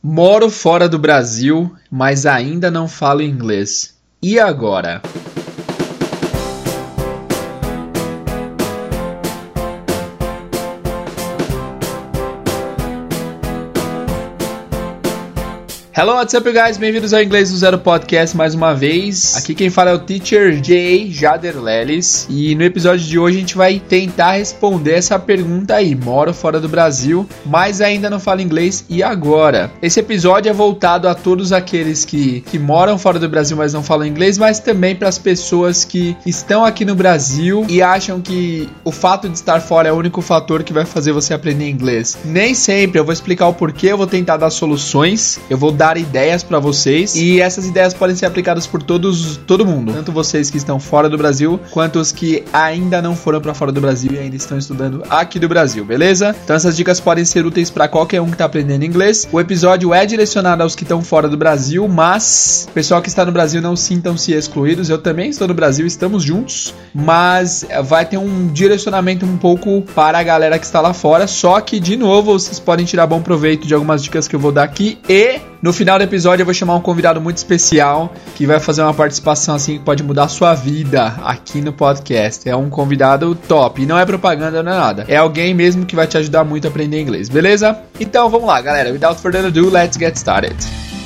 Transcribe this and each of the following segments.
Moro fora do Brasil, mas ainda não falo inglês. E agora? Hello, what's up, guys? Bem-vindos ao Inglês do Zero Podcast mais uma vez. Aqui quem fala é o Teacher J. Jader Lelis. E no episódio de hoje a gente vai tentar responder essa pergunta aí. Moro fora do Brasil, mas ainda não falo inglês. E agora? Esse episódio é voltado a todos aqueles que moram fora do Brasil, mas não falam inglês, mas também para as pessoas que estão aqui no Brasil e acham que o fato de estar fora é o único fator que vai fazer você aprender inglês. Nem sempre. Eu vou explicar o porquê, eu vou tentar dar soluções, eu vou dar ideias para vocês e essas ideias podem ser aplicadas por todo mundo, tanto vocês que estão fora do Brasil quanto os que ainda não foram para fora do Brasil e ainda estão estudando aqui do Brasil, beleza? Então essas dicas podem ser úteis para qualquer um que tá aprendendo inglês. O episódio é direcionado aos que estão fora do Brasil, mas o pessoal que está no Brasil não sintam-se excluídos. Eu também estou no Brasil, estamos juntos, mas vai ter um direcionamento um pouco para a galera que está lá fora, só que de novo vocês podem tirar bom proveito de algumas dicas que eu vou dar aqui e no final do episódio eu vou chamar um convidado muito especial que vai fazer uma participação assim que pode mudar a sua vida aqui no podcast. É um convidado top, e não é propaganda, não é nada. É alguém mesmo que vai te ajudar muito a aprender inglês, beleza? Então vamos lá, galera. Without further ado, let's get started.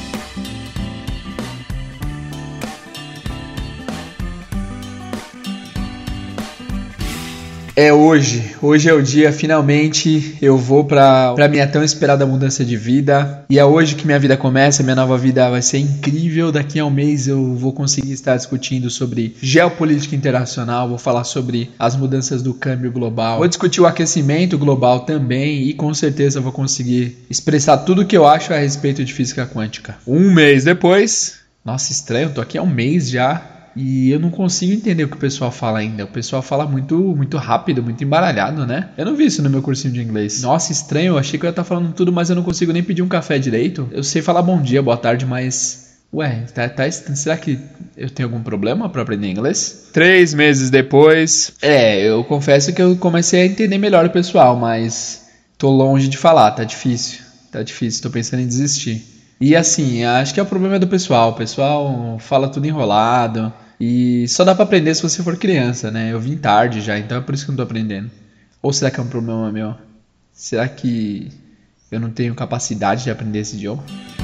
Hoje é o dia, finalmente eu vou pra minha tão esperada mudança de vida, e é hoje que minha vida começa, minha nova vida vai ser incrível. Daqui a um mês eu vou conseguir estar discutindo sobre geopolítica internacional, vou falar sobre as mudanças do câmbio global, vou discutir o aquecimento global também, e com certeza vou conseguir expressar tudo o que eu acho a respeito de física quântica. Um mês depois, nossa, estranho, eu tô aqui há um mês já, e eu não consigo entender o que o pessoal fala ainda. O pessoal fala muito rápido, muito embaralhado, né? Eu não vi isso no meu cursinho de inglês. Nossa, estranho. Eu achei que eu ia estar falando tudo, mas eu não consigo nem pedir um café direito. Eu sei falar bom dia, boa tarde, mas... será que eu tenho algum problema para aprender inglês? 3 meses depois... eu confesso que eu comecei a entender melhor o pessoal, mas... tô longe de falar, tá difícil. Tô pensando em desistir. E assim, acho que é o problema do pessoal. O pessoal fala tudo enrolado... E só dá pra aprender se você for criança, né? Eu vim tarde já, então é por isso que eu não tô aprendendo. Ou será que é um problema meu? Será que eu não tenho capacidade de aprender esse idioma?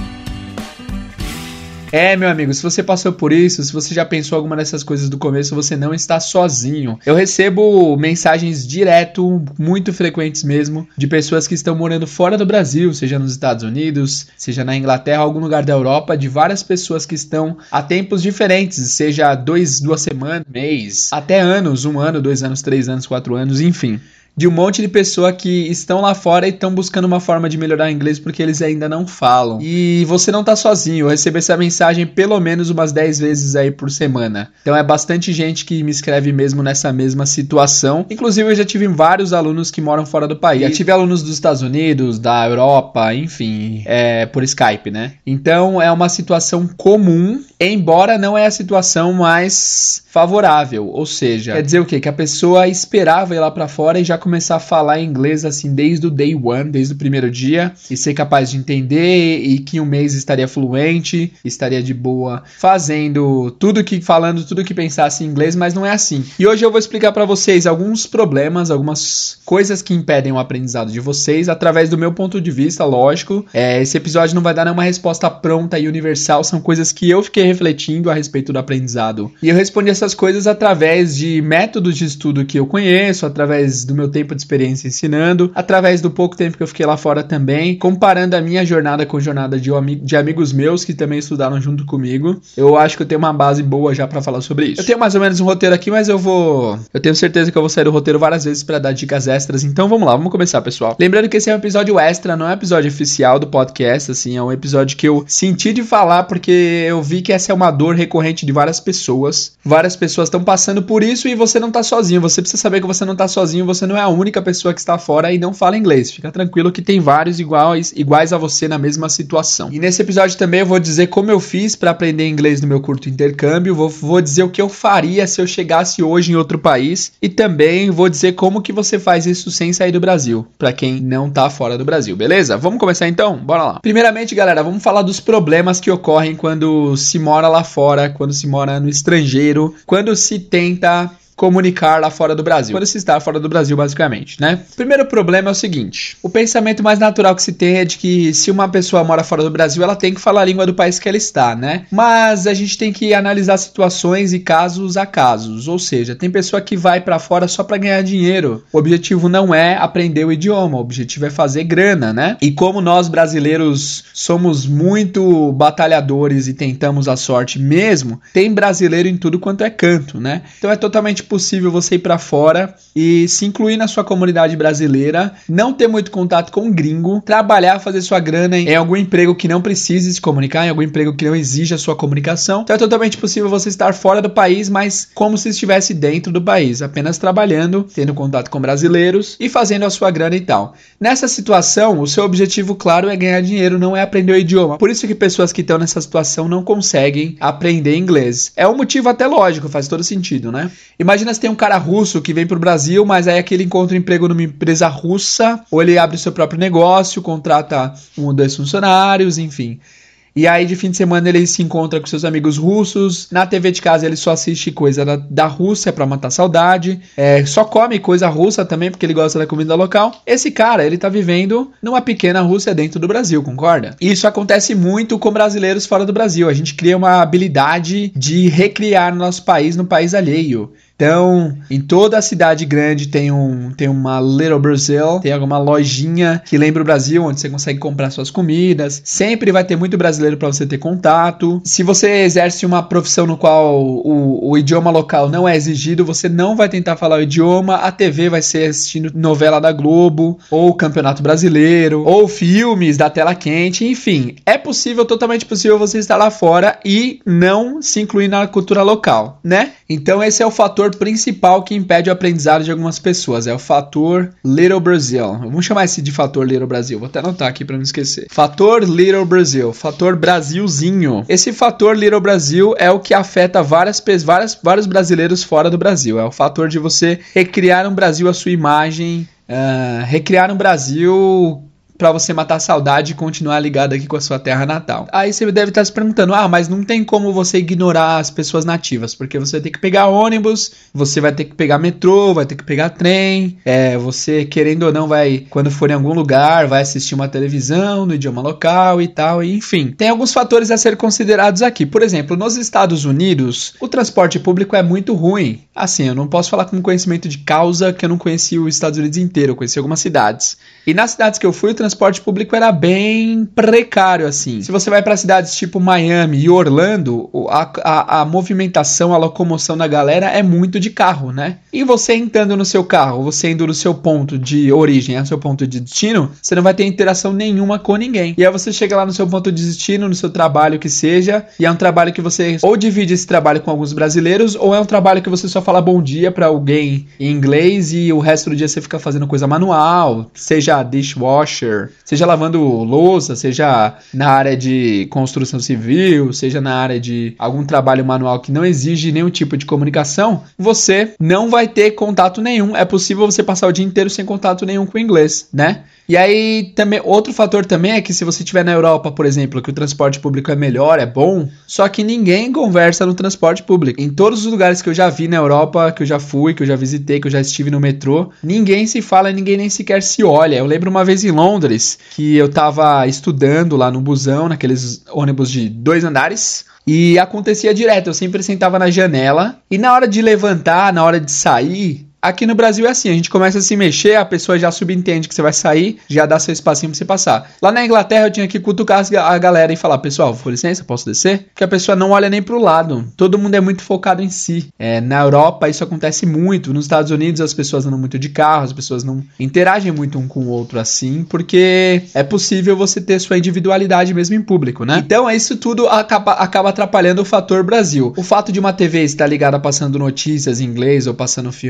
Meu amigo, se você passou por isso, se você já pensou alguma dessas coisas do começo, você não está sozinho. Eu recebo mensagens direto, muito frequentes mesmo, de pessoas que estão morando fora do Brasil, seja nos Estados Unidos, seja na Inglaterra, algum lugar da Europa, de várias pessoas que estão há tempos diferentes, seja 2 semanas, mês, até anos, 1 ano, 2 anos, 3 anos, 4 anos, enfim. De um monte de pessoa que estão lá fora e estão buscando uma forma de melhorar o inglês porque eles ainda não falam. E você não tá sozinho, eu recebo essa mensagem pelo menos umas 10 vezes aí por semana. Então é bastante gente que me escreve mesmo nessa mesma situação. Inclusive eu já tive vários alunos que moram fora do país. Já tive alunos dos Estados Unidos, da Europa, enfim, por Skype, né? Então é uma situação comum, embora não é a situação mais favorável. Ou seja, quer dizer o quê? Que a pessoa esperava ir lá pra fora e já começar a falar inglês assim desde o day one, desde o primeiro dia, e ser capaz de entender, e que em um mês estaria fluente, estaria de boa, falando tudo que pensasse em inglês, mas não é assim. E hoje eu vou explicar para vocês alguns problemas, algumas coisas que impedem o aprendizado de vocês, através do meu ponto de vista, lógico. Esse episódio não vai dar nenhuma resposta pronta e universal, são coisas que eu fiquei refletindo a respeito do aprendizado. E eu respondi essas coisas através de métodos de estudo que eu conheço, através do meu tempo de experiência ensinando, através do pouco tempo que eu fiquei lá fora também, comparando a minha jornada com a jornada de amigos meus que também estudaram junto comigo. Eu acho que eu tenho uma base boa já pra falar sobre isso. Eu tenho mais ou menos um roteiro aqui, mas eu tenho certeza que eu vou sair do roteiro várias vezes pra dar dicas extras, então vamos lá, vamos começar, pessoal. Lembrando que esse é um episódio extra, não é um episódio oficial do podcast, assim, é um episódio que eu senti de falar porque eu vi que essa é uma dor recorrente de várias pessoas. Várias pessoas estão passando por isso e você não tá sozinho, você precisa saber que você não tá sozinho, você não é a única pessoa que está fora e não fala inglês. Fica tranquilo que tem vários iguais a você na mesma situação. E nesse episódio também eu vou dizer como eu fiz para aprender inglês no meu curto intercâmbio, vou dizer o que eu faria se eu chegasse hoje em outro país e também vou dizer como que você faz isso sem sair do Brasil, para quem não tá fora do Brasil, beleza? Vamos começar então? Bora lá. Primeiramente, galera, vamos falar dos problemas que ocorrem quando se mora lá fora, quando se mora no estrangeiro, quando se tenta comunicar lá fora do Brasil, quando se está fora do Brasil, basicamente, né? O primeiro problema é o seguinte: o pensamento mais natural que se tem é de que se uma pessoa mora fora do Brasil, ela tem que falar a língua do país que ela está, né? Mas a gente tem que analisar situações e casos a casos, ou seja, tem pessoa que vai pra fora só pra ganhar dinheiro. O objetivo não é aprender o idioma, o objetivo é fazer grana, né? E como nós brasileiros somos muito batalhadores e tentamos a sorte mesmo, tem brasileiro em tudo quanto é canto, né? Então é totalmente possível você ir para fora e se incluir na sua comunidade brasileira, não ter muito contato com gringo, trabalhar, fazer sua grana em algum emprego que não precise se comunicar, em algum emprego que não exija a sua comunicação. Então é totalmente possível você estar fora do país, mas como se estivesse dentro do país, apenas trabalhando, tendo contato com brasileiros e fazendo a sua grana e tal. Nessa situação, o seu objetivo, claro, é ganhar dinheiro, não é aprender o idioma. Por isso que pessoas que estão nessa situação não conseguem aprender inglês. É um motivo até lógico, faz todo sentido, né? Imagina se tem um cara russo que vem pro Brasil, mas aí aquele encontra um emprego numa empresa russa, ou ele abre o seu próprio negócio, contrata 1 ou 2 funcionários, enfim. E aí de fim de semana ele se encontra com seus amigos russos, na TV de casa ele só assiste coisa da Rússia pra matar saudade, só come coisa russa também porque ele gosta da comida local. Esse cara, ele tá vivendo numa pequena Rússia dentro do Brasil, concorda? E isso acontece muito com brasileiros fora do Brasil, a gente cria uma habilidade de recriar nosso país no país alheio. Então, em toda a cidade grande tem uma Little Brazil, tem alguma lojinha que lembra o Brasil, onde você consegue comprar suas comidas. Sempre vai ter muito brasileiro para você ter contato. Se você exerce uma profissão no qual o idioma local não é exigido, você não vai tentar falar o idioma. A TV vai ser assistindo novela da Globo, ou Campeonato Brasileiro, ou filmes da tela quente, enfim. É possível, totalmente possível você estar lá fora e não se incluir na cultura local, né? Então esse é o fator principal que impede o aprendizado de algumas pessoas, é o fator Little Brazil. Vamos chamar esse de fator Little Brasil, vou até anotar aqui para não esquecer. Fator Little Brasil, fator Brasilzinho. Esse fator Little Brasil é o que afeta vários brasileiros fora do Brasil, é o fator de você recriar um Brasil à sua imagem, recriar um Brasil pra você matar a saudade e continuar ligado aqui com a sua terra natal. Aí você deve estar se perguntando, mas não tem como você ignorar as pessoas nativas, porque você vai ter que pegar ônibus, você vai ter que pegar metrô, vai ter que pegar trem, você querendo ou não vai, quando for em algum lugar, vai assistir uma televisão no idioma local e tal, e enfim. Tem alguns fatores a ser considerados aqui. Por exemplo, nos Estados Unidos, o transporte público é muito ruim. Assim, eu não posso falar com conhecimento de causa que eu não conheci os Estados Unidos inteiro, eu conheci algumas cidades. E nas cidades que eu fui, o transporte público era bem precário, assim. Se você vai para cidades tipo Miami e Orlando, a movimentação, a locomoção da galera é muito de carro, né? E você entrando no seu carro, você indo no seu ponto de origem, ao seu ponto de destino, você não vai ter interação nenhuma com ninguém. E aí você chega lá no seu ponto de destino, no seu trabalho que seja, e é um trabalho que você ou divide esse trabalho com alguns brasileiros, ou é um trabalho que você só fala bom dia para alguém em inglês e o resto do dia você fica fazendo coisa manual, seja dishwasher, seja lavando louça, seja na área de construção civil, seja na área de algum trabalho manual que não exige nenhum tipo de comunicação, você não vai ter contato nenhum. É possível você passar o dia inteiro sem contato nenhum com o inglês, né? E aí, também, outro fator também é que se você estiver na Europa, por exemplo, que o transporte público é melhor, é bom, só que ninguém conversa no transporte público. Em todos os lugares que eu já vi na Europa, que eu já fui, que eu já visitei, que eu já estive no metrô, ninguém se fala, ninguém nem sequer se olha. Eu lembro uma vez em Londres, que eu tava estudando lá no busão, naqueles ônibus de 2 andares, e acontecia direto, eu sempre sentava na janela, e na hora de levantar, na hora de sair, aqui no Brasil é assim, a gente começa a se mexer, a pessoa já subentende que você vai sair, já dá seu espacinho pra você passar. Lá na Inglaterra eu tinha que cutucar a galera e falar, pessoal, por licença, posso descer? Porque a pessoa não olha nem pro lado, todo mundo é muito focado em si. Na Europa isso acontece muito, nos Estados Unidos as pessoas andam muito de carro, as pessoas não interagem muito um com o outro assim, porque é possível você ter sua individualidade mesmo em público, né? Então isso tudo acaba atrapalhando o fator Brasil. O fato de uma TV estar ligada passando notícias em inglês ou passando filme em inglês,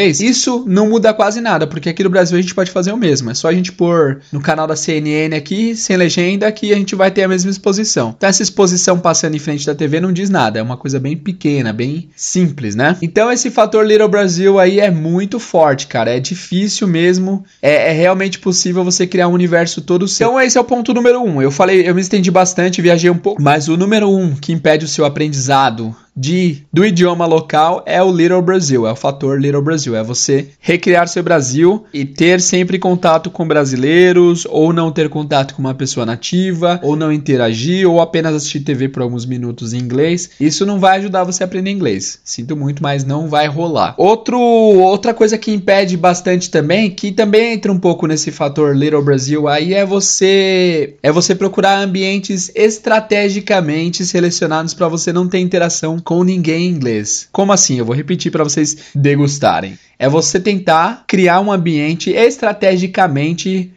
inglês, isso não muda quase nada, porque aqui no Brasil a gente pode fazer o mesmo. É só a gente pôr no canal da CNN aqui, sem legenda, que a gente vai ter a mesma exposição. Então essa exposição passando em frente da TV não diz nada, é uma coisa bem pequena, bem simples, né? Então esse fator Little Brasil aí é muito forte, cara. É difícil mesmo, é realmente possível você criar um universo todo seu. Então esse é o ponto número 1. Eu me estendi bastante, viajei um pouco, mas o número 1 que impede o seu aprendizado do idioma local é o Little Brasil, é o fator Little Brasil, é você recriar seu Brasil e ter sempre contato com brasileiros, ou não ter contato com uma pessoa nativa, ou não interagir, ou apenas assistir TV por alguns minutos em inglês. Isso não vai ajudar você a aprender inglês, sinto muito, mas não vai rolar. Outra coisa que impede bastante também, que também entra um pouco nesse fator Little Brasil aí, é você procurar ambientes estrategicamente selecionados para você não ter interação com ninguém em inglês. Como assim? Eu vou repetir para vocês degustarem. É você tentar criar um ambiente estrategicamente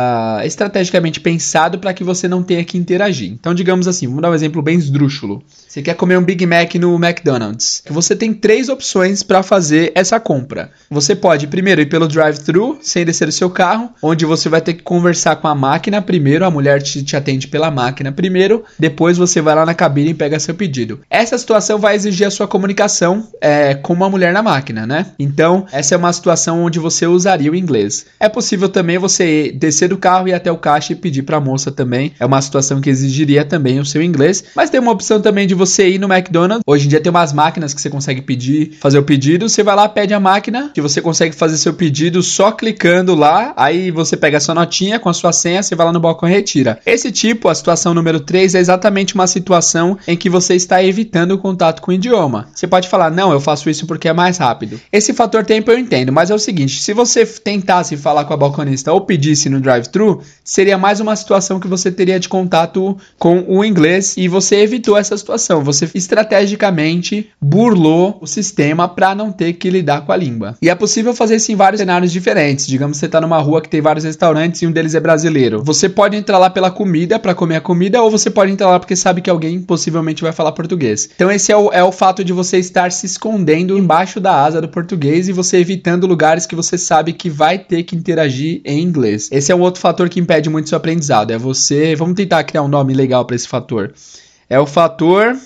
pensado para que você não tenha que interagir. Então, digamos assim, vamos dar um exemplo bem esdrúxulo. Você quer comer um Big Mac no McDonald's. Você tem 3 opções para fazer essa compra. Você pode, primeiro, ir pelo drive-thru, sem descer o seu carro, onde você vai ter que conversar com a máquina primeiro, a mulher te atende pela máquina primeiro, depois você vai lá na cabine e pega seu pedido. Essa situação vai exigir a sua comunicação com uma mulher na máquina, né? Então, essa é uma situação onde você usaria o inglês. É possível também você descer do carro e ir até o caixa e pedir para a moça também. É uma situação que exigiria também o seu inglês. Mas tem uma opção também de você ir no McDonald's. Hoje em dia tem umas máquinas que você consegue fazer o pedido. Você vai lá, pede a máquina, que você consegue fazer seu pedido só clicando lá. Aí você pega a sua notinha com a sua senha, você vai lá no balcão e retira. Esse tipo, a situação número 3, é exatamente uma situação em que você está evitando o contato com o idioma. Você pode falar, não, eu faço isso porque é mais rápido. Esse fator tempo eu entendo, mas é o seguinte, se você tentasse falar com a balconista ou pedisse no drive-thru, seria mais uma situação que você teria de contato com o inglês e você evitou essa situação. Você estrategicamente burlou o sistema para não ter que lidar com a língua. E é possível fazer isso em vários cenários diferentes. Digamos que você está numa rua que tem vários restaurantes e um deles é brasileiro. Você pode entrar lá pela comida, para comer a comida, ou você pode entrar lá porque sabe que alguém possivelmente vai falar português. Então esse é o fato de você estar se escondendo embaixo da asa do português e você evitando lugares que você sabe que vai ter que interagir em inglês. Esse é um outro fator que impede muito seu aprendizado. É você... Vamos tentar criar um nome legal para esse fator. É o fator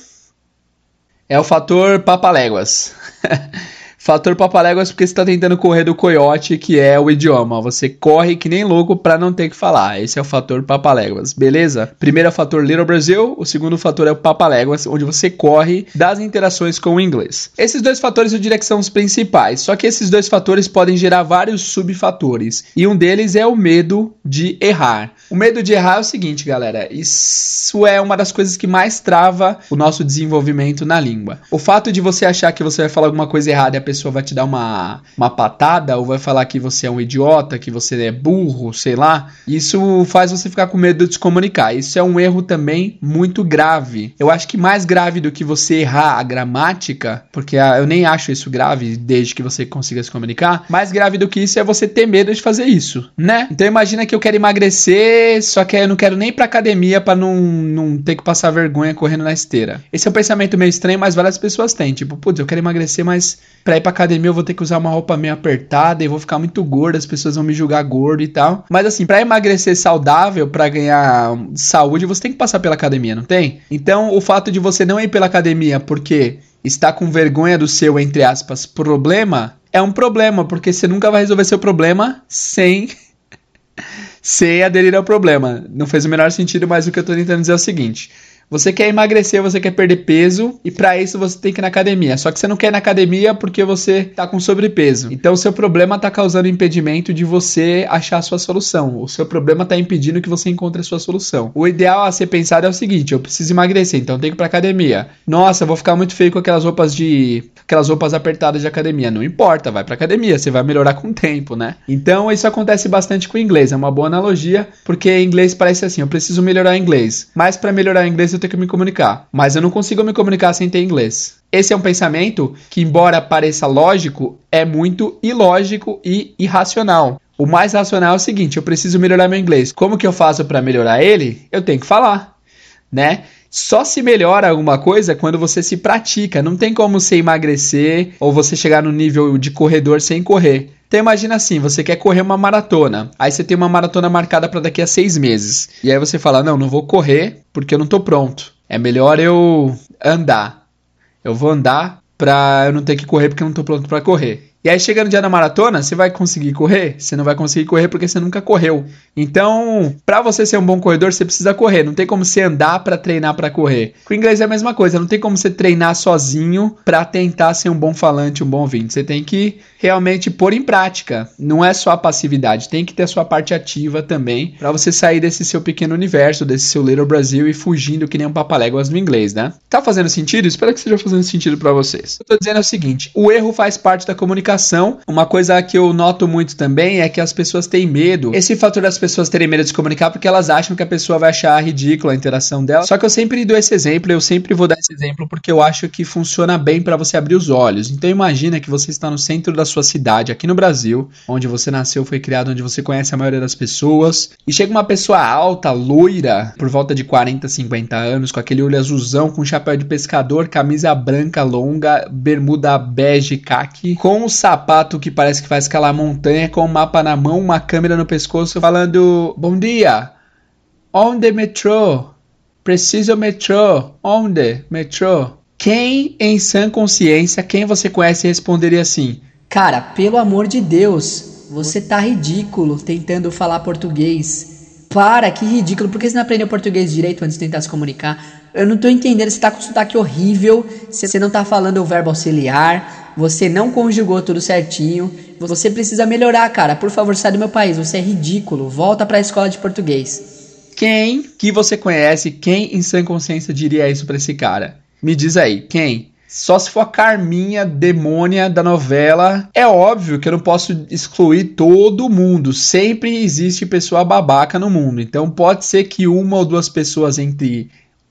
papaléguas. Fator papaléguas porque você está tentando correr do coiote, que é o idioma. Você corre que nem louco para não ter que falar. Esse é o fator papaléguas, beleza? Primeiro é o fator Little Brasil, o segundo fator é o papaléguas, onde você corre das interações com o inglês. Esses 2 fatores eu diria que são os principais, só que esses 2 fatores podem gerar vários subfatores. E um deles é o medo de errar. O medo de errar é o seguinte, galera, isso é uma das coisas que mais trava o nosso desenvolvimento na língua. O fato de você achar que você vai falar alguma coisa errada e a pessoa vai te dar uma patada ou vai falar que você é um idiota, que você é burro, sei lá, isso faz você ficar com medo de se comunicar. Isso é um erro também muito grave. Eu acho que mais grave do que você errar a gramática, porque eu nem acho isso grave desde que você consiga se comunicar, mais grave do que isso é você ter medo de fazer isso, né? Então imagina que eu quero emagrecer, só que eu não quero nem ir pra academia pra não ter que passar vergonha correndo na esteira. Esse é um pensamento meio estranho, mas várias pessoas têm. Tipo, putz, eu quero emagrecer, mas pra ir pra academia eu vou ter que usar uma roupa meio apertada e vou ficar muito gordo, as pessoas vão me julgar gordo e tal. Mas assim, pra emagrecer saudável, pra ganhar saúde, você tem que passar pela academia, não tem? Então, o fato de você não ir pela academia porque está com vergonha do seu, entre aspas, problema, é um problema, porque você nunca vai resolver seu problema sem aderir ao problema. Não fez o menor sentido, mas o que eu tô tentando dizer é o seguinte: você quer emagrecer, você quer perder peso e para isso você tem que ir na academia. Só que você não quer ir na academia porque você tá com sobrepeso. Então o seu problema tá causando impedimento de você achar a sua solução. O seu problema tá impedindo que você encontre a sua solução. O ideal a ser pensado é o seguinte: eu preciso emagrecer, então eu tenho que ir pra academia. Nossa, eu vou ficar muito feio com aquelas roupas apertadas de academia. Não importa, vai pra academia, você vai melhorar com o tempo, né? Então isso acontece bastante com o inglês. É uma boa analogia, porque em inglês parece assim: eu preciso melhorar o inglês. Mas para melhorar o inglês eu tenho que me comunicar, mas eu não consigo me comunicar sem ter inglês. Esse é um pensamento que, embora pareça lógico, é muito ilógico e irracional. O mais racional é o seguinte: eu preciso melhorar meu inglês. Como que eu faço para melhorar ele? Eu tenho que falar. né? Só se melhora alguma coisa quando você se pratica. Não tem como você emagrecer ou você chegar no nível de corredor sem correr. Então imagina assim, você quer correr uma maratona. Aí você tem uma maratona marcada para daqui a 6 meses. E aí você fala, não vou correr porque eu não tô pronto. É melhor eu andar. Eu vou andar pra eu não ter que correr porque eu não tô pronto pra correr. E aí chega no dia da maratona, você vai conseguir correr? Você não vai conseguir correr porque você nunca correu. Então, pra você ser um bom corredor, você precisa correr. Não tem como você andar pra treinar pra correr. Com o inglês é a mesma coisa. Não tem como você treinar sozinho pra tentar ser um bom falante, um bom ouvinte. Você tem que realmente pôr em prática. Não é só a passividade. Tem que ter a sua parte ativa também pra você sair desse seu pequeno universo, desse seu Little Brasil e fugindo que nem um papaléguas no inglês, né? Tá fazendo sentido? Espero que esteja fazendo sentido pra vocês. Eu tô dizendo é o seguinte, o erro faz parte da comunicação. Uma coisa que eu noto muito também é que as pessoas têm medo. Esse fator das pessoas terem medo de se comunicar porque elas acham que a pessoa vai achar ridícula a interação dela. Só que eu sempre dou esse exemplo, eu sempre vou dar esse exemplo porque eu acho que funciona bem para você abrir os olhos. Então imagina que você está no centro da sua cidade, aqui no Brasil, onde você nasceu, foi criado, onde você conhece a maioria das pessoas, e chega uma pessoa alta, loira, por volta de 40, 50 anos, com aquele olho azulzão, com chapéu de pescador, camisa branca longa, bermuda bege caqui, com sapato que parece que vai escalar montanha, com um mapa na mão, uma câmera no pescoço, falando: bom dia, onde metrô? Preciso metrô, onde metrô? Quem em sã consciência, quem você conhece responderia assim: cara, pelo amor de Deus, você tá ridículo tentando falar português. Para, que ridículo, por que você não aprendeu português direito antes de tentar se comunicar? Eu não tô entendendo, você tá com sotaque horrível, você não tá falando o verbo auxiliar, você não conjugou tudo certinho, você precisa melhorar, cara, por favor, sai do meu país, você é ridículo, volta pra escola de português. Quem que você conhece, quem em sã consciência diria isso pra esse cara? Me diz aí, quem? Só se for a Carminha, demônia da novela. É óbvio que eu não posso excluir todo mundo. Sempre existe pessoa babaca no mundo. Então pode ser que uma ou duas pessoas entre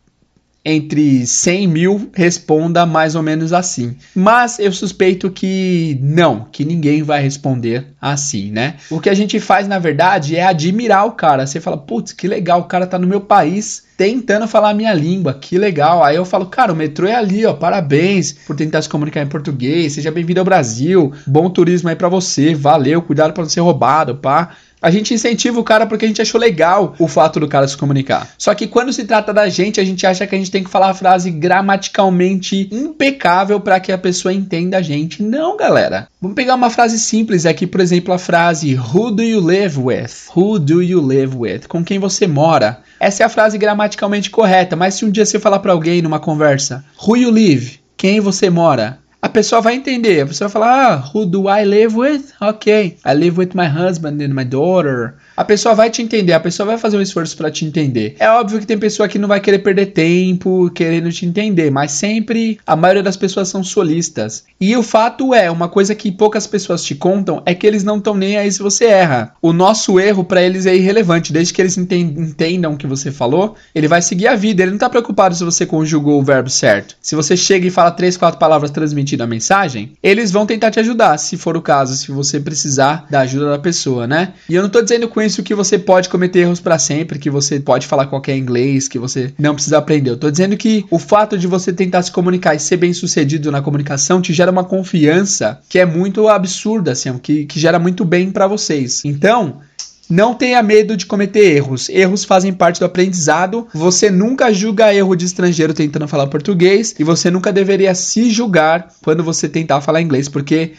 100 mil responda mais ou menos assim. Mas eu suspeito que não, que ninguém vai responder assim, né? O que a gente faz, na verdade, é admirar o cara. Você fala, putz, que legal, o cara tá no meu país tentando falar a minha língua, que legal. Aí eu falo, cara, o metrô é ali, ó, parabéns por tentar se comunicar em português, seja bem-vindo ao Brasil, bom turismo aí pra você, valeu, cuidado pra não ser roubado, pá. A gente incentiva o cara porque a gente achou legal o fato do cara se comunicar. Só que quando se trata da gente, a gente acha que a gente tem que falar a frase gramaticalmente impecável para que a pessoa entenda a gente. Não, galera. Vamos pegar uma frase simples aqui, por exemplo, a frase Who do you live with? Who do you live with? Com quem você mora? Essa é a frase gramaticalmente correta, mas se um dia você falar para alguém numa conversa, Who you live? Quem você mora? A pessoa vai entender, a pessoa vai falar, who do I live with? Ok, I live with my husband and my daughter. A pessoa vai te entender, a pessoa vai fazer um esforço para te entender. É óbvio que tem pessoa que não vai querer perder tempo querendo te entender, mas sempre a maioria das pessoas são solistas. E o fato é, uma coisa que poucas pessoas te contam é que eles não estão nem aí se você erra. O nosso erro para eles é irrelevante, desde que eles entendam o que você falou, ele vai seguir a vida, ele não tá preocupado se você conjugou o verbo certo. Se você chega e fala 3, 4 palavras transmitindo a mensagem, eles vão tentar te ajudar, se for o caso, se você precisar da ajuda da pessoa, né? E eu não tô dizendo com isso que você pode cometer erros para sempre, que você pode falar qualquer inglês, que você não precisa aprender. Eu tô dizendo que o fato de você tentar se comunicar e ser bem sucedido na comunicação te gera uma confiança que é muito absurda, assim, que gera muito bem para vocês. Então, não tenha medo de cometer erros. Erros fazem parte do aprendizado. Você nunca julga erro de estrangeiro tentando falar português. E você nunca deveria se julgar quando você tentar falar inglês. Porque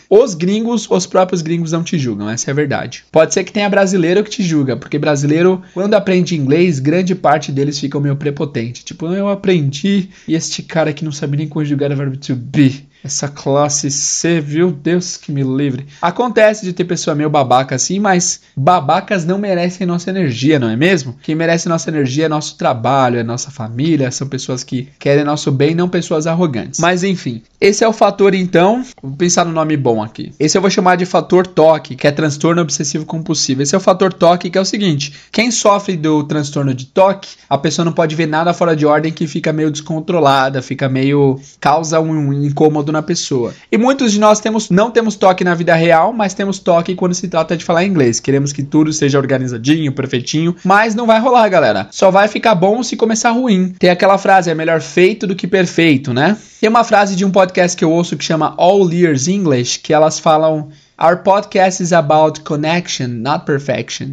os próprios gringos não te julgam. Essa é a verdade. Pode ser que tenha brasileiro que te julga. Porque brasileiro, quando aprende inglês, grande parte deles ficam meio prepotente. Tipo, eu aprendi e este cara aqui não sabe nem conjugar o verbo to be. Essa classe C, viu? Deus que me livre. Acontece de ter pessoa meio babaca assim, mas babacas não merecem nossa energia, não é mesmo? Quem merece nossa energia é nosso trabalho, é nossa família, são pessoas que querem nosso bem, não pessoas arrogantes. Mas enfim, esse é o fator então, vou pensar no nome bom aqui. Esse eu vou chamar de fator TOC, que é transtorno obsessivo compulsivo. Esse é o fator TOC, que é o seguinte, quem sofre do transtorno de TOC, a pessoa não pode ver nada fora de ordem que fica meio descontrolada, causa um incômodo incômodo na pessoa. E muitos de nós não temos toque na vida real, mas temos toque quando se trata de falar inglês. Queremos que tudo seja organizadinho, perfeitinho, mas não vai rolar, galera. Só vai ficar bom se começar ruim. Tem aquela frase, é melhor feito do que perfeito, né? Tem uma frase de um podcast que eu ouço que chama All Ears English, que elas falam: Our podcast is about connection, not perfection.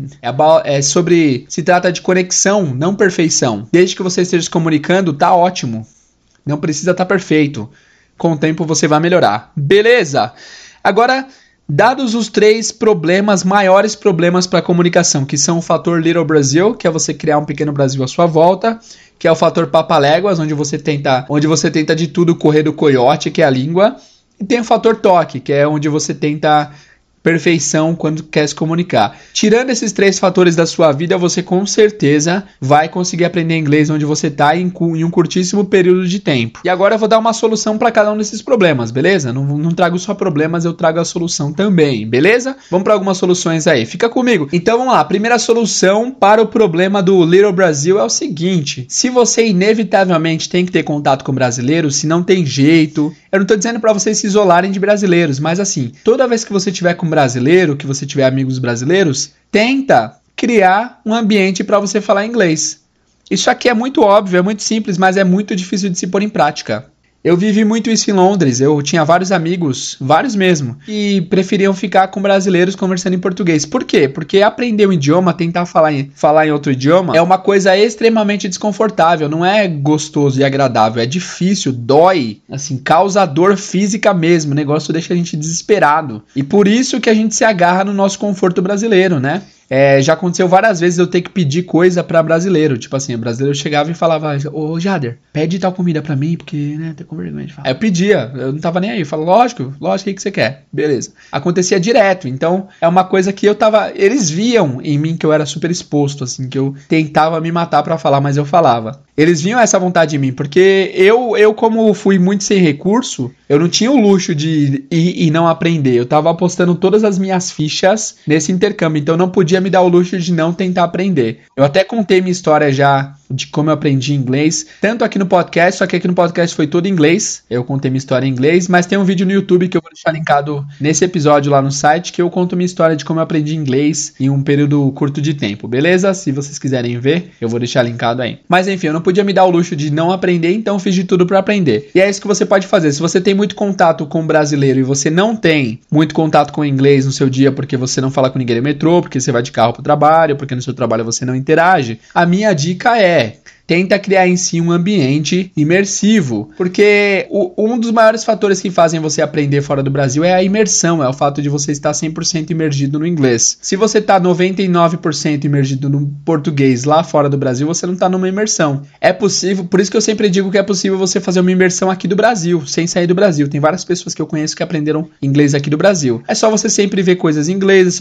Se trata de conexão, não perfeição. Desde que você esteja se comunicando, tá ótimo. Não precisa estar perfeito. Com o tempo você vai melhorar. Beleza? Agora, dados os 3 maiores problemas para a comunicação, que são o fator Little Brazil, que é você criar um pequeno Brasil à sua volta, que é o fator Papaléguas, onde você tenta de tudo correr do coiote, que é a língua, e tem o fator toque, que é onde você tenta perfeição quando quer se comunicar. Tirando esses 3 fatores da sua vida, você com certeza vai conseguir aprender inglês onde você está em um curtíssimo período de tempo. E agora eu vou dar uma solução para cada um desses problemas, beleza? Não trago só problemas, eu trago a solução também, beleza? Vamos para algumas soluções aí, fica comigo. Então vamos lá, a primeira solução para o problema do Little Brasil é o seguinte: se você inevitavelmente tem que ter contato com brasileiros, se não tem jeito, eu não estou dizendo para vocês se isolarem de brasileiros, mas assim, toda vez que você tiver com brasileiro, que você tiver amigos brasileiros, tenta criar um ambiente para você falar inglês. Isso aqui é muito óbvio, é muito simples, mas é muito difícil de se pôr em prática. Eu vivi muito isso em Londres, eu tinha vários amigos, vários mesmo, e preferiam ficar com brasileiros conversando em português. Por quê? Porque aprender um idioma, tentar falar em outro idioma, é uma coisa extremamente desconfortável, não é gostoso e agradável, é difícil, dói, assim, causa dor física mesmo, o negócio deixa a gente desesperado. E por isso que a gente se agarra no nosso conforto brasileiro, né? Já aconteceu várias vezes eu ter que pedir coisa pra brasileiro. Tipo assim, o brasileiro chegava e falava: ô Jader, pede tal comida pra mim, porque, né, tô com vergonha de falar. Aí eu pedia, eu não tava nem aí. Eu falava: lógico, o que você quer? Beleza. Acontecia direto, então é uma coisa que eles viam em mim que eu era super exposto, assim, que eu tentava me matar pra falar, mas eu falava. Eles viam essa vontade em mim, porque eu como fui muito sem recurso, eu não tinha o luxo de ir e não aprender. Eu tava apostando todas as minhas fichas nesse intercâmbio, então eu não podia me dar o luxo de não tentar aprender. Eu até contei minha história já de como eu aprendi inglês, tanto aqui no podcast, só que aqui no podcast foi todo em inglês. Eu contei minha história em inglês, mas tem um vídeo no YouTube que eu vou deixar linkado nesse episódio lá no site, que eu conto minha história de como eu aprendi inglês em um período curto de tempo, beleza? Se vocês quiserem ver, eu vou deixar linkado aí. Mas enfim, eu não podia me dar o luxo de não aprender, então fiz de tudo para aprender. E é isso que você pode fazer. Se você tem muito contato com o brasileiro e você não tem muito contato com o inglês no seu dia porque você não fala com ninguém no metrô, porque você vai de carro pro trabalho, porque no seu trabalho você não interage, a minha dica é: tenta criar em si um ambiente imersivo, porque um dos maiores fatores que fazem você aprender fora do Brasil é a imersão, é o fato de você estar 100% imergido no inglês. Se você está 99% imergido no português lá fora do Brasil, você não está numa imersão. É possível, por isso que eu sempre digo que é possível você fazer uma imersão aqui do Brasil, sem sair do Brasil. Tem várias pessoas que eu conheço que aprenderam inglês aqui do Brasil. É só você sempre ver coisas em inglês, é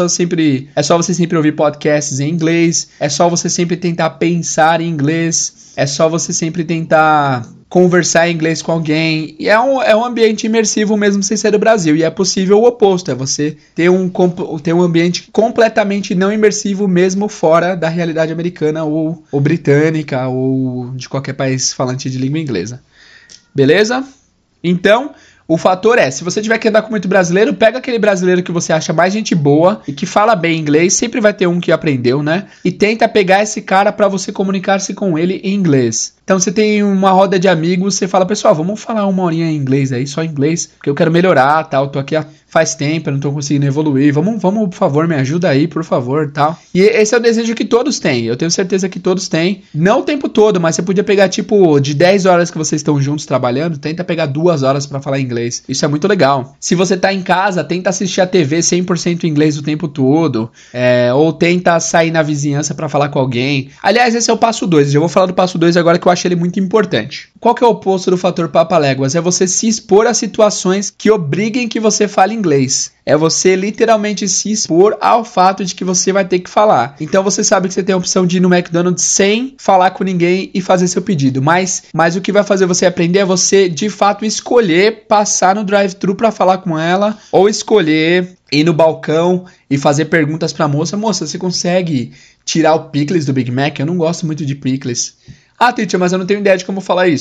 só você sempre ouvir podcasts em inglês, é só você sempre tentar pensar em inglês. É só você sempre tentar conversar em inglês com alguém. E é um ambiente imersivo mesmo sem ser do Brasil. E é possível o oposto. É você ter um ambiente completamente não imersivo mesmo fora da realidade americana ou britânica ou de qualquer país falante de língua inglesa. Beleza? Então, o fator é, se você tiver que andar com muito brasileiro, pega aquele brasileiro que você acha mais gente boa e que fala bem inglês, sempre vai ter um que aprendeu, né? E tenta pegar esse cara para você comunicar-se com ele em inglês. Então você tem uma roda de amigos, você fala: pessoal, vamos falar uma horinha em inglês aí, só em inglês, porque eu quero melhorar, tal, tô aqui faz tempo, eu não tô conseguindo evoluir, vamos, por favor, me ajuda aí, por favor, tal. E esse é o desejo que todos têm, eu tenho certeza que todos têm, não o tempo todo, mas você podia pegar, tipo, de 10 horas que vocês estão juntos trabalhando, tenta pegar 2 horas pra falar inglês, isso é muito legal. Se você tá em casa, tenta assistir a TV 100% em inglês o tempo todo, ou tenta sair na vizinhança pra falar com alguém. Aliás, esse é o passo 2, eu vou falar do passo 2 agora que eu acho ele muito importante. Qual que é o oposto do fator papaléguas? É você se expor a situações que obriguem que você fale inglês. É você literalmente se expor ao fato de que você vai ter que falar. Então você sabe que você tem a opção de ir no McDonald's sem falar com ninguém e fazer seu pedido. Mas o que vai fazer você aprender é você de fato escolher passar no drive-thru para falar com ela, ou escolher ir no balcão e fazer perguntas para a moça. Moça, você consegue tirar o pickles do Big Mac? Eu não gosto muito de pickles. Ah, teacher, mas eu não tenho ideia de como falar isso.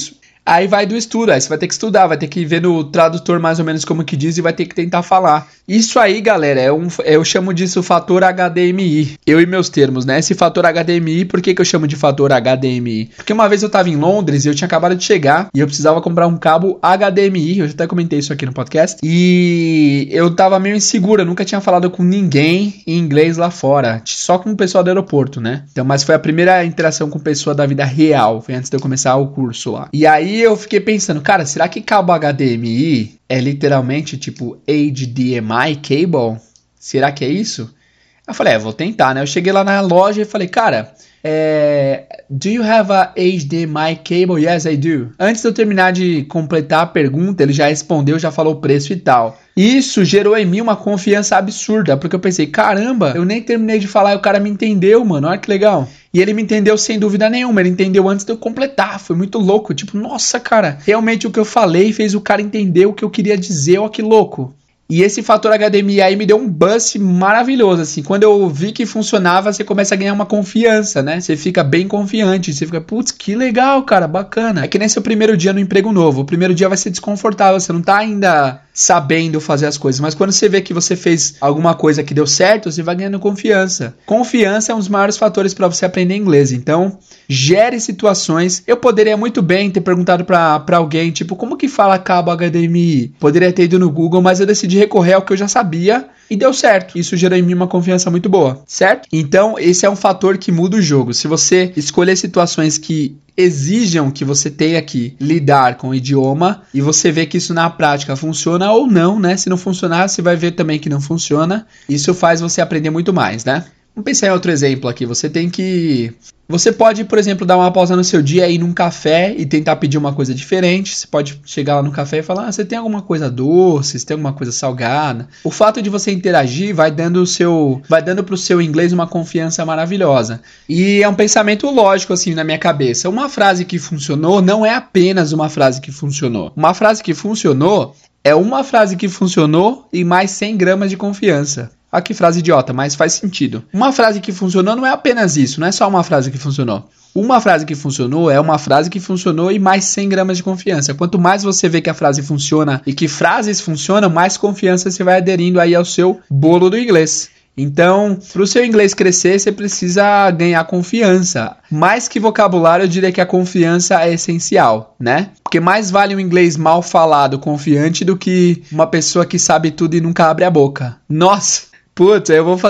Aí vai do estudo, aí você vai ter que estudar, vai ter que ver no tradutor mais ou menos como que diz e vai ter que tentar falar. Isso aí, galera, eu chamo disso fator HDMI. Eu e meus termos, né? Esse fator HDMI, por que eu chamo de fator HDMI? Porque uma vez eu tava em Londres e eu tinha acabado de chegar e eu precisava comprar um cabo HDMI, eu já até comentei isso aqui no podcast, e eu tava meio inseguro, eu nunca tinha falado com ninguém em inglês lá fora, só com o pessoal do aeroporto, né? Então, mas foi a primeira interação com pessoa da vida real, foi antes de eu começar o curso lá. E aí eu fiquei pensando, cara, será que cabo HDMI é literalmente tipo HDMI cable? Será que é isso? Eu falei, vou tentar, né? Eu cheguei lá na loja e falei, cara, do you have a HDMI cable? Yes, I do. Antes de eu terminar de completar a pergunta, ele já respondeu, já falou o preço e tal. Isso gerou em mim uma confiança absurda, porque eu pensei, caramba, eu nem terminei de falar e o cara me entendeu, mano, olha que legal. E ele me entendeu sem dúvida nenhuma, ele entendeu antes de eu completar, foi muito louco, tipo, nossa, cara, realmente o que eu falei fez o cara entender o que eu queria dizer, ó que louco. E esse fator HDMI aí me deu um buzz maravilhoso, assim, quando eu vi que funcionava, você começa a ganhar uma confiança, né? Você fica bem confiante, você fica, putz, que legal, cara, bacana. É que nem seu primeiro dia no emprego novo, o primeiro dia vai ser desconfortável, você não tá ainda sabendo fazer as coisas, mas quando você vê que você fez alguma coisa que deu certo, você vai ganhando confiança. Confiança é um dos maiores fatores para você aprender inglês, então gere situações. Eu poderia muito bem ter perguntado pra alguém, tipo, como que fala cabo HDMI? Poderia ter ido no Google, mas eu decidi recorrer ao que eu já sabia e deu certo. Isso gerou em mim uma confiança muito boa, certo? Então, esse é um fator que muda o jogo. Se você escolher situações que exijam que você tenha que lidar com o idioma e você vê que isso na prática funciona ou não, né? Se não funcionar, você vai ver também que não funciona. Isso faz você aprender muito mais, né? Vamos pensar em outro exemplo aqui. Você pode, por exemplo, dar uma pausa no seu dia, ir num café e tentar pedir uma coisa diferente. Você pode chegar lá no café e falar, você tem alguma coisa doce, você tem alguma coisa salgada. O fato de você interagir vai dando pro seu inglês uma confiança maravilhosa. E é um pensamento lógico, assim, na minha cabeça. Uma frase que funcionou não é apenas uma frase que funcionou. Uma frase que funcionou é uma frase que funcionou e mais 100 gramas de confiança. Ah, que frase idiota, mas faz sentido. Uma frase que funcionou não é apenas isso, não é só uma frase que funcionou. Uma frase que funcionou é uma frase que funcionou e mais 100 gramas de confiança. Quanto mais você vê que a frase funciona e que frases funcionam, mais confiança você vai aderindo aí ao seu bolo do inglês. Então, para o seu inglês crescer, você precisa ganhar confiança. Mais que vocabulário, eu diria que a confiança é essencial, né? Porque mais vale um inglês mal falado, confiante, do que uma pessoa que sabe tudo e nunca abre a boca. Nossa! Putz, eu vou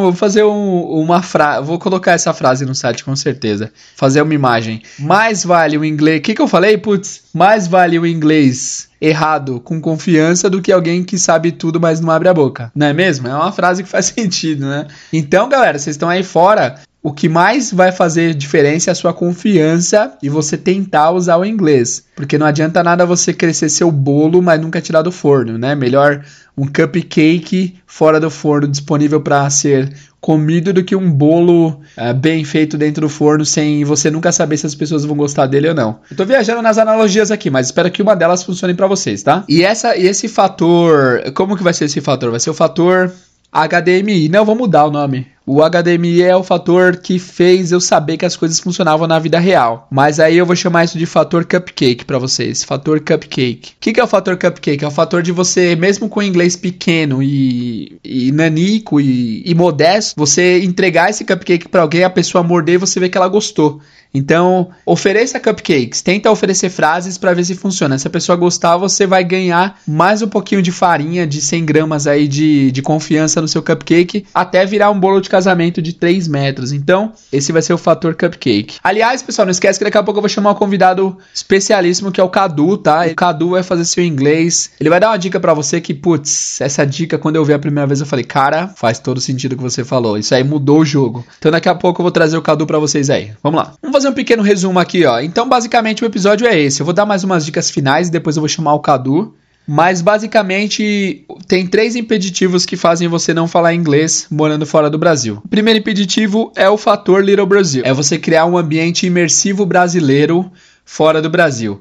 uma frase, vou colocar essa frase no site com certeza, fazer uma imagem. Mais vale o inglês, o que eu falei? Putz, mais vale o inglês errado com confiança do que alguém que sabe tudo, mas não abre a boca. Não é mesmo? É uma frase que faz sentido, né? Então, galera, vocês estão aí fora, o que mais vai fazer diferença é a sua confiança e você tentar usar o inglês. Porque não adianta nada você crescer seu bolo, mas nunca tirar do forno, né? Melhor um cupcake fora do forno disponível para ser comido do que um bolo bem feito dentro do forno sem você nunca saber se as pessoas vão gostar dele ou não. Eu tô viajando nas analogias aqui, mas espero que uma delas funcione para vocês, tá? E esse fator, como que vai ser esse fator? Vai ser o fator HDMI. Não, vou mudar o nome. O HDMI é o fator que fez eu saber que as coisas funcionavam na vida real. Mas aí eu vou chamar isso de fator cupcake pra vocês. Fator cupcake. O que é o fator cupcake? É o fator de você, mesmo com inglês pequeno e nanico e modesto, você entregar esse cupcake pra alguém, a pessoa morder e você vê que ela gostou. Então, ofereça cupcakes, tenta oferecer frases para ver se funciona. Se a pessoa gostar, você vai ganhar mais um pouquinho de farinha, de 100 gramas aí de confiança no seu cupcake, até virar um bolo de casamento de 3 metros. Então, esse vai ser o fator cupcake. Aliás, pessoal, não esquece que daqui a pouco eu vou chamar um convidado especialíssimo, que é o Cadu, tá? O Cadu vai fazer seu inglês. Ele vai dar uma dica para você que, putz, essa dica, quando eu vi a primeira vez, eu falei, cara, faz todo sentido o que você falou. Isso aí mudou o jogo. Então, daqui a pouco eu vou trazer o Cadu para vocês aí. Vamos lá. Vamos fazer um pequeno resumo aqui, ó. Então, basicamente, o episódio é esse. Eu vou dar mais umas dicas finais e depois eu vou chamar o Cadu. Mas, basicamente, tem 3 impeditivos que fazem você não falar inglês morando fora do Brasil. O primeiro impeditivo é o fator Little Brasil. É você criar um ambiente imersivo brasileiro fora do Brasil.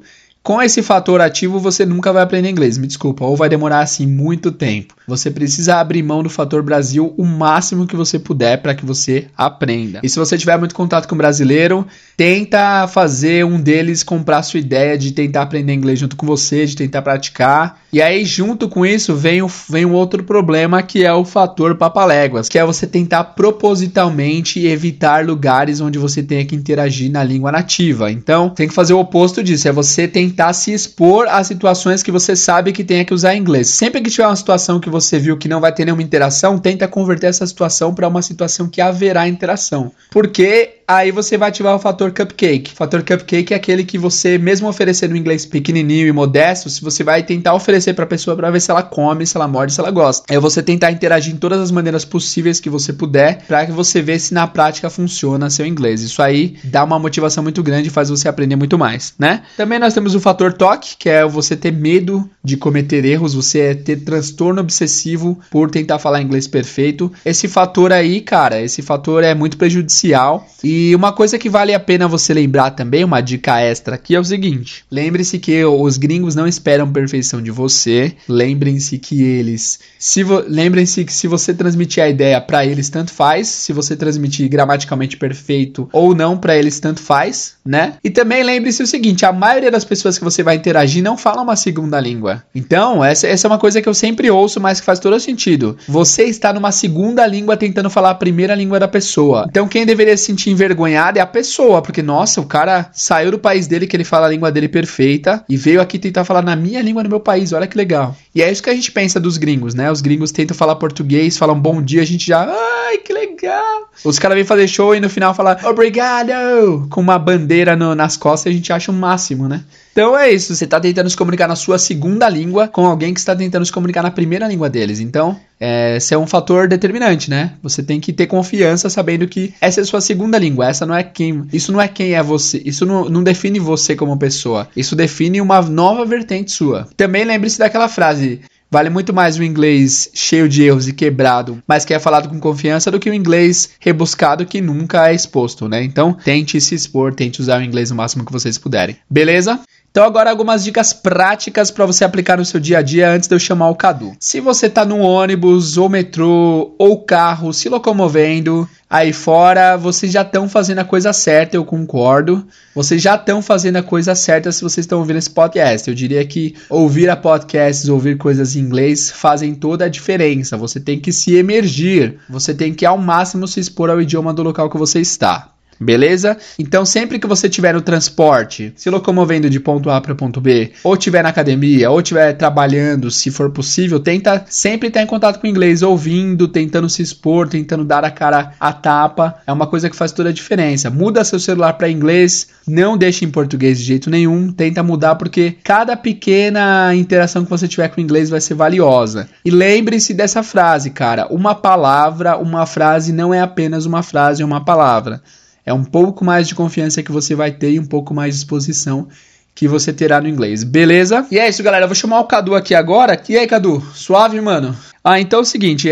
com esse fator ativo você nunca vai aprender inglês, me desculpa, ou vai demorar assim muito tempo. Você precisa abrir mão do fator Brasil o máximo que você puder para que você aprenda. E se você tiver muito contato com brasileiro, tenta fazer um deles comprar a sua ideia de tentar aprender inglês junto com você, de tentar praticar. E aí junto com isso vem um outro problema, que é o fator papaléguas, que é você tentar propositalmente evitar lugares onde você tenha que interagir na língua nativa. Então tem que fazer o oposto disso, é você tentar se expor a situações que você sabe que tenha que usar inglês. Sempre que tiver uma situação que você viu que não vai ter nenhuma interação, tenta converter essa situação para uma situação que haverá interação. Porque aí você vai ativar o fator cupcake. O fator cupcake é aquele que você, mesmo oferecendo um inglês pequenininho e modesto, se você vai tentar oferecer para a pessoa para ver se ela come, se ela morde, se ela gosta. É você tentar interagir em todas as maneiras possíveis que você puder, para que você veja se na prática funciona seu inglês. Isso aí dá uma motivação muito grande e faz você aprender muito mais, né? Também nós temos o fator TOC, que é você ter medo de cometer erros, você ter transtorno obsessivo por tentar falar inglês perfeito. Esse fator aí, cara, esse fator é muito prejudicial. E uma coisa que vale a pena você lembrar também, uma dica extra aqui, é o seguinte: lembre-se que os gringos não esperam perfeição de você. Lembrem-se que eles... Lembrem-se que se você transmitir a ideia para eles, tanto faz. Se você transmitir gramaticalmente perfeito ou não, para eles tanto faz, né? E também lembre-se o seguinte: a maioria das pessoas que você vai interagir não fala uma segunda língua. Então, essa é uma coisa que eu sempre ouço, mas que faz todo sentido. Você está numa segunda língua tentando falar a primeira língua da pessoa. Então, quem deveria se sentir envergonhado é a pessoa, porque, nossa, o cara saiu do país dele, que ele fala a língua dele perfeita, e veio aqui tentar falar na minha língua no meu país. Olha que legal. E é isso que a gente pensa dos gringos, né? Os gringos tentam falar português, falam bom dia, a gente já... Ai, que legal! Os caras vêm fazer show e no final falam obrigado! Com uma bandeira nas costas, a gente acha o máximo, né? Então é isso, você está tentando se comunicar na sua segunda língua com alguém que está tentando se comunicar na primeira língua deles. Então, esse é um fator determinante, né? Você tem que ter confiança sabendo que essa é a sua segunda língua, isso não é quem é você, isso não define você como pessoa, isso define uma nova vertente sua. Também lembre-se daquela frase: vale muito mais o inglês cheio de erros e quebrado, mas que é falado com confiança, do que o inglês rebuscado que nunca é exposto, né? Então, tente se expor, tente usar o inglês o máximo que vocês puderem. Beleza? Então agora algumas dicas práticas para você aplicar no seu dia a dia antes de eu chamar o Cadu. Se você está no ônibus, ou metrô, ou carro, se locomovendo, aí fora, vocês já estão fazendo a coisa certa, eu concordo. Vocês já estão fazendo a coisa certa se vocês estão ouvindo esse podcast. Eu diria que ouvir a podcasts, ouvir coisas em inglês fazem toda a diferença. Você tem que se emergir, você tem que ao máximo se expor ao idioma do local que você está. Beleza? Então sempre que você estiver no transporte, se locomovendo de ponto A para ponto B, ou estiver na academia, ou estiver trabalhando, se for possível, tenta sempre estar em contato com o inglês, ouvindo, tentando se expor, tentando dar a cara a tapa. É uma coisa que faz toda a diferença. Muda seu celular para inglês, não deixe em português de jeito nenhum, tenta mudar, porque cada pequena interação que você tiver com o inglês vai ser valiosa. E lembre-se dessa frase, cara: uma palavra, uma frase não é apenas uma frase ou uma palavra. É um pouco mais de confiança que você vai ter e um pouco mais de exposição que você terá no inglês, beleza? E é isso, galera, eu vou chamar o Cadu aqui agora. E aí, Cadu, suave, mano? Então é o seguinte,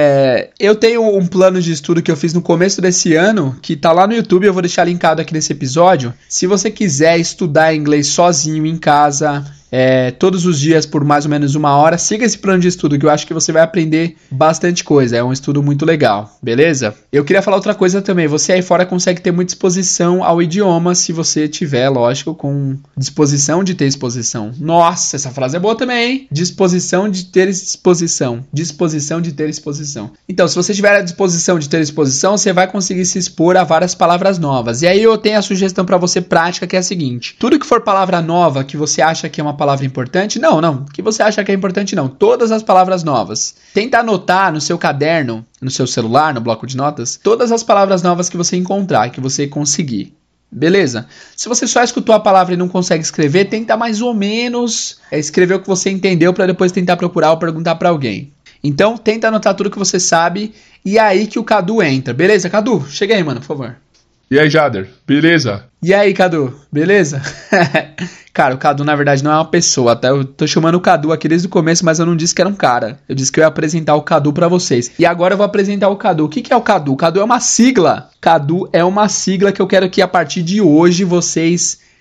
eu tenho um plano de estudo que eu fiz no começo desse ano, que tá lá no YouTube, eu vou deixar linkado aqui nesse episódio. Se você quiser estudar inglês sozinho em casa, todos os dias por mais ou menos 1 hora, siga esse plano de estudo que eu acho que você vai aprender bastante coisa. É um estudo muito legal, beleza? Eu queria falar outra coisa também. Você aí fora consegue ter muita disposição ao idioma se você tiver, lógico, com disposição de ter exposição. Nossa, essa frase é boa também, hein? Disposição de ter exposição. Disposição de ter exposição. Então, se você tiver a disposição de ter exposição, você vai conseguir se expor a várias palavras novas. E aí eu tenho a sugestão para você prática, que é a seguinte: tudo que for palavra nova que você acha que é uma palavra importante, não, que você acha que é importante não, todas as palavras novas. Tenta anotar no seu caderno, no seu celular, no bloco de notas, todas as palavras novas que você encontrar, que você conseguir. Beleza? Se você só escutou a palavra e não consegue escrever, tenta mais ou menos escrever o que você entendeu para depois tentar procurar ou perguntar para alguém. Então, tenta anotar tudo que você sabe e é aí que o Cadu entra. Beleza, Cadu? Chega aí, mano, por favor. E aí, Jader? Beleza? E aí, Cadu? Beleza? Cara, o Cadu, na verdade, não é uma pessoa, tá? Eu tô chamando o Cadu aqui desde o começo, mas eu não disse que era um cara. Eu disse que eu ia apresentar o Cadu pra vocês. E agora eu vou apresentar o Cadu. O que é o Cadu? O Cadu é uma sigla. Cadu é uma sigla que eu quero que a partir de hoje vocês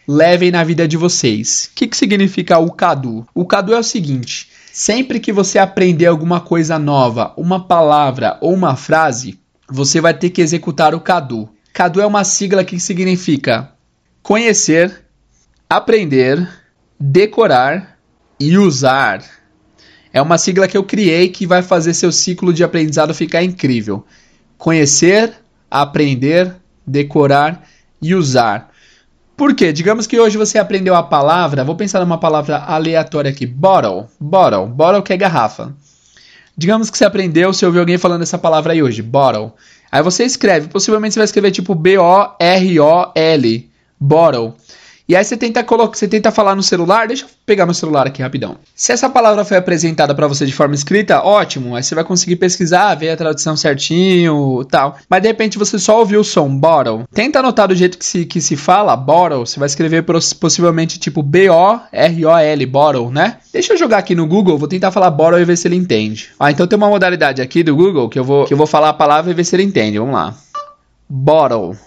levem na vida de vocês. O que significa o CADU? O CADU é o seguinte: sempre que você aprender alguma coisa nova, uma palavra ou uma frase, você vai ter que executar o CADU. CADU é uma sigla que significa conhecer, aprender, decorar e usar. É uma sigla que eu criei que vai fazer seu ciclo de aprendizado ficar incrível. Conhecer, aprender, decorar e usar. Por quê? Digamos que hoje você aprendeu a palavra, vou pensar numa palavra aleatória aqui, bottle que é garrafa. Digamos que você aprendeu, você ouviu alguém falando essa palavra aí hoje, bottle. Aí você escreve, possivelmente você vai escrever tipo B-O-R-O-L, bottle. E aí você tenta falar no celular, deixa eu pegar meu celular aqui rapidão. Se essa palavra foi apresentada para você de forma escrita, ótimo, aí você vai conseguir pesquisar, ver a tradução certinho e tal. Mas de repente você só ouviu o som, bottle. Tenta anotar do jeito que se fala, bottle, você vai escrever possivelmente tipo B-O-R-O-L, bottle, né? Deixa eu jogar aqui no Google, vou tentar falar bottle e ver se ele entende. Então tem uma modalidade aqui do Google que eu vou falar a palavra e ver se ele entende, vamos lá. Bottle.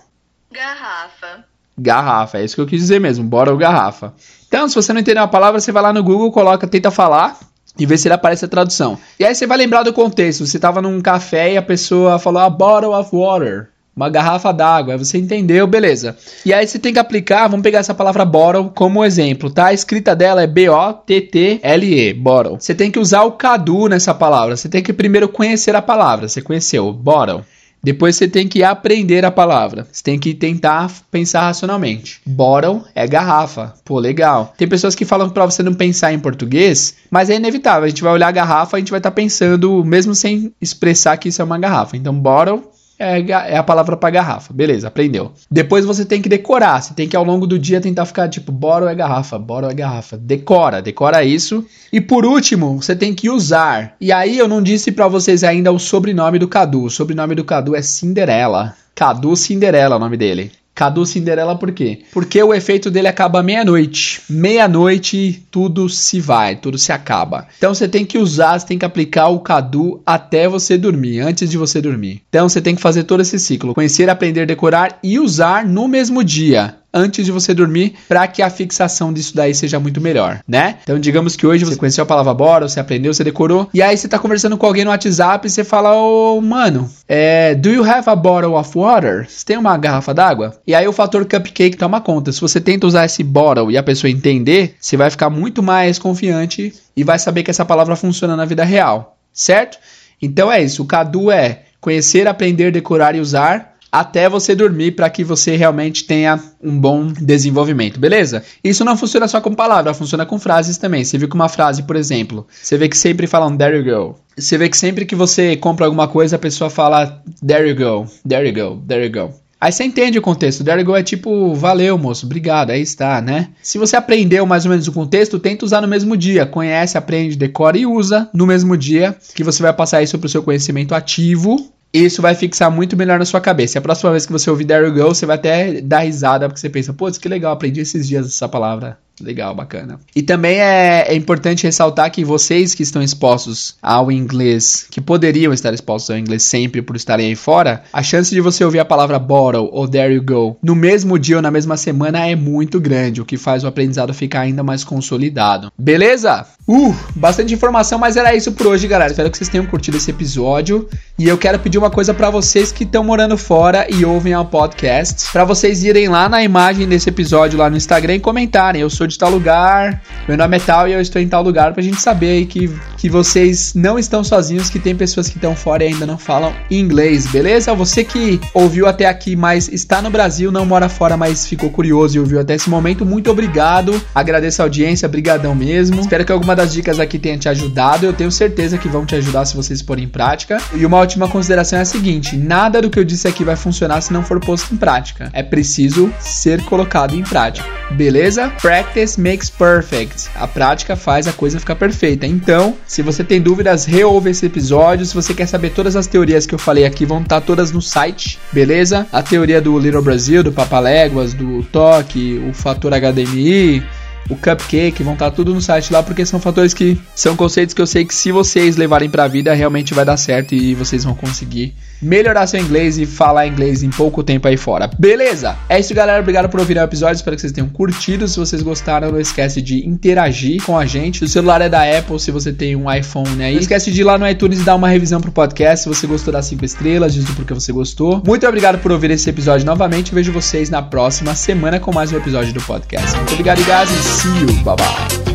Garrafa, é isso que eu quis dizer mesmo, bottle, garrafa. Então, se você não entendeu a palavra, você vai lá no Google, tenta falar e vê se ele aparece a tradução. E aí você vai lembrar do contexto, você estava num café e a pessoa falou a bottle of water, uma garrafa d'água, aí você entendeu, beleza. E aí você tem que aplicar, vamos pegar essa palavra bottle como exemplo, tá? A escrita dela é B-O-T-T-L-E, bottle. Você tem que usar o CADU nessa palavra, você tem que primeiro conhecer a palavra, você conheceu, bottle. Depois você tem que aprender a palavra. Você tem que tentar pensar racionalmente. Bottle é garrafa. Pô, legal. Tem pessoas que falam pra você não pensar em português, mas é inevitável. A gente vai olhar a garrafa, a gente vai estar pensando, mesmo sem expressar que isso é uma garrafa. Então, bottle é a palavra para garrafa. Beleza, aprendeu. Depois você tem que decorar. Você tem que ao longo do dia tentar ficar tipo, bottle é garrafa, bottle é garrafa. Decora isso. E por último, você tem que usar. E aí eu não disse para vocês ainda o sobrenome do CADU. O sobrenome do CADU é Cinderela. CADU Cinderela é o nome dele. CADU Cinderela por quê? Porque o efeito dele acaba meia-noite. Meia-noite tudo se vai, tudo se acaba. Então você tem que usar, você tem que aplicar o CADU até você dormir, antes de você dormir. Então você tem que fazer todo esse ciclo. Conhecer, aprender, decorar e usar no mesmo dia, antes de você dormir, para que a fixação disso daí seja muito melhor, né? Então digamos que hoje você conheceu a palavra bottle, você aprendeu, você decorou, e aí você tá conversando com alguém no WhatsApp e você fala, mano, do you have a bottle of water? Você tem uma garrafa d'água? E aí o fator cupcake toma conta. Se você tenta usar esse bottle e a pessoa entender, você vai ficar muito mais confiante e vai saber que essa palavra funciona na vida real, certo? Então é isso, o CADU é conhecer, aprender, decorar e usar até você dormir, para que você realmente tenha um bom desenvolvimento, beleza? Isso não funciona só com palavra, funciona com frases também. Você viu que uma frase, por exemplo, você vê que sempre falam there you go. Você vê que sempre que você compra alguma coisa, a pessoa fala there you go, there you go, there you go. Aí você entende o contexto. There you go é tipo, valeu moço, obrigado, aí está, né? Se você aprendeu mais ou menos o contexto, tenta usar no mesmo dia. Conhece, aprende, decora e usa no mesmo dia, que você vai passar isso para o seu conhecimento ativo. Isso vai fixar muito melhor na sua cabeça. E a próxima vez que você ouvir there you go, você vai até dar risada, porque você pensa, putz, que legal, aprendi esses dias essa palavra. Legal, bacana. E também é importante ressaltar que vocês que estão expostos ao inglês, que poderiam estar expostos ao inglês sempre por estarem aí fora, a chance de você ouvir a palavra bottle ou there you go no mesmo dia ou na mesma semana é muito grande, o que faz o aprendizado ficar ainda mais consolidado. Beleza? Bastante informação, mas era isso por hoje, galera. Espero que vocês tenham curtido esse episódio. E eu quero pedir uma coisa pra vocês que estão morando fora e ouvem ao podcast, pra vocês irem lá na imagem desse episódio lá no Instagram e comentarem. Eu sou de tal lugar, meu nome é tal e eu estou em tal lugar, pra gente saber aí que vocês não estão sozinhos, que tem pessoas que estão fora e ainda não falam inglês, beleza? Você que ouviu até aqui, mas está no Brasil, não mora fora, mas ficou curioso e ouviu até esse momento, muito obrigado, agradeço a audiência, brigadão mesmo, espero que alguma das dicas aqui tenha te ajudado, eu tenho certeza que vão te ajudar se vocês porem em prática. E uma última consideração é a seguinte, nada do que eu disse aqui vai funcionar se não for posto em prática, é preciso ser colocado em prática, beleza? Practice makes perfect. A prática faz a coisa ficar perfeita. Então, se você tem dúvidas, reouve esse episódio. Se você quer saber todas as teorias que eu falei aqui, vão estar todas no site, beleza? A teoria do Little Brasil, do Papaléguas, do TOC, o fator HDMI, o Cupcake, vão estar tudo no site lá, porque são fatores que são conceitos que eu sei que se vocês levarem pra vida, realmente vai dar certo e vocês vão conseguir melhorar seu inglês e falar inglês em pouco tempo aí fora. Beleza? É isso, galera. Obrigado por ouvir o episódio. Espero que vocês tenham curtido. Se vocês gostaram, não esquece de interagir com a gente. Se o celular é da Apple, se você tem um iPhone aí, não esquece de ir lá no iTunes e dar uma revisão pro podcast. Se você gostou, dá 5 estrelas, diz o porquê você gostou. Muito obrigado por ouvir esse episódio novamente. Vejo vocês na próxima semana com mais um episódio do podcast. Muito obrigado, guys, e see you. Bye bye.